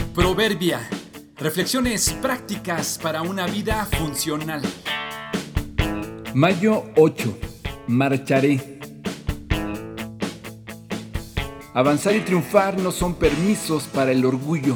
Proverbia. Reflexiones prácticas para una vida funcional. Mayo 8. Marcharé. Avanzar y triunfar no son permisos para el orgullo.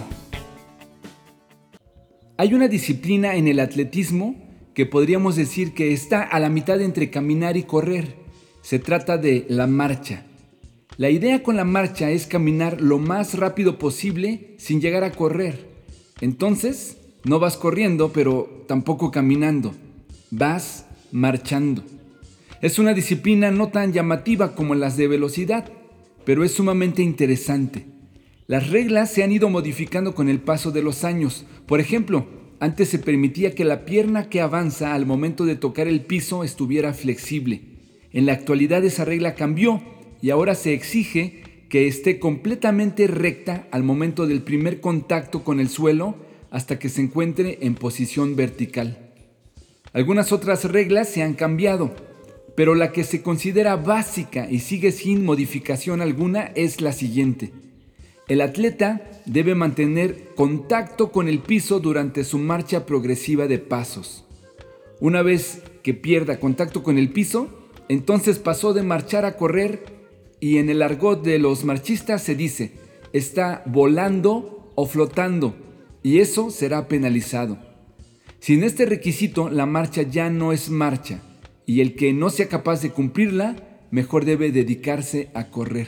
Hay una disciplina en el atletismo que podríamos decir que está a la mitad entre caminar y correr. Se trata de la marcha. La idea con la marcha es caminar lo más rápido posible sin llegar a correr. Entonces, no vas corriendo, pero tampoco caminando. Vas marchando. Es una disciplina no tan llamativa como las de velocidad, pero es sumamente interesante. Las reglas se han ido modificando con el paso de los años. Por ejemplo, antes se permitía que la pierna que avanza al momento de tocar el piso estuviera flexible. En la actualidad esa regla cambió y ahora se exige que esté completamente recta al momento del primer contacto con el suelo hasta que se encuentre en posición vertical. Algunas otras reglas se han cambiado, pero la que se considera básica y sigue sin modificación alguna es la siguiente. El atleta debe mantener contacto con el piso durante su marcha progresiva de pasos. Una vez que pierda contacto con el piso, entonces pasó de marchar a correr y en el argot de los marchistas se dice, está volando o flotando y eso será penalizado. Sin este requisito, la marcha ya no es marcha y el que no sea capaz de cumplirla, mejor debe dedicarse a correr.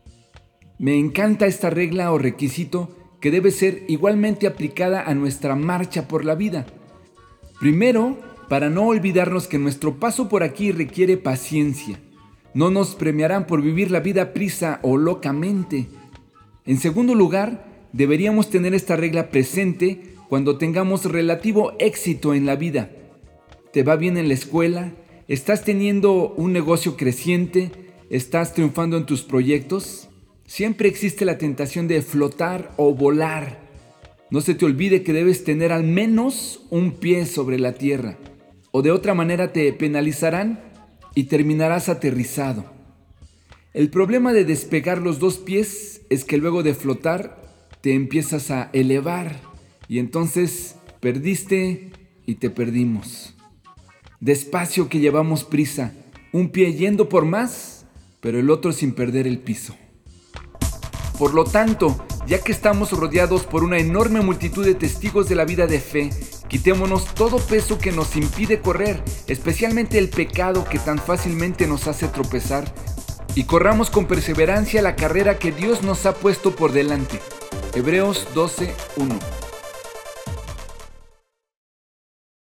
Me encanta esta regla o requisito que debe ser igualmente aplicada a nuestra marcha por la vida. Primero, para no olvidarnos que nuestro paso por aquí requiere paciencia. No nos premiarán por vivir la vida prisa o locamente. En segundo lugar, deberíamos tener esta regla presente cuando tengamos relativo éxito en la vida. ¿Te va bien en la escuela? ¿Estás teniendo un negocio creciente? ¿Estás triunfando en tus proyectos? Siempre existe la tentación de flotar o volar. No se te olvide que debes tener al menos un pie sobre la tierra, o de otra manera te penalizarán y terminarás aterrizado. El problema de despegar los dos pies es que luego de flotar te empiezas a elevar y entonces perdiste y te perdimos. Despacio que llevamos prisa, un pie yendo por más, pero el otro sin perder el piso. Por lo tanto, ya que estamos rodeados por una enorme multitud de testigos de la vida de fe, quitémonos todo peso que nos impide correr, especialmente el pecado que tan fácilmente nos hace tropezar, y corramos con perseverancia la carrera que Dios nos ha puesto por delante. Hebreos 12:1.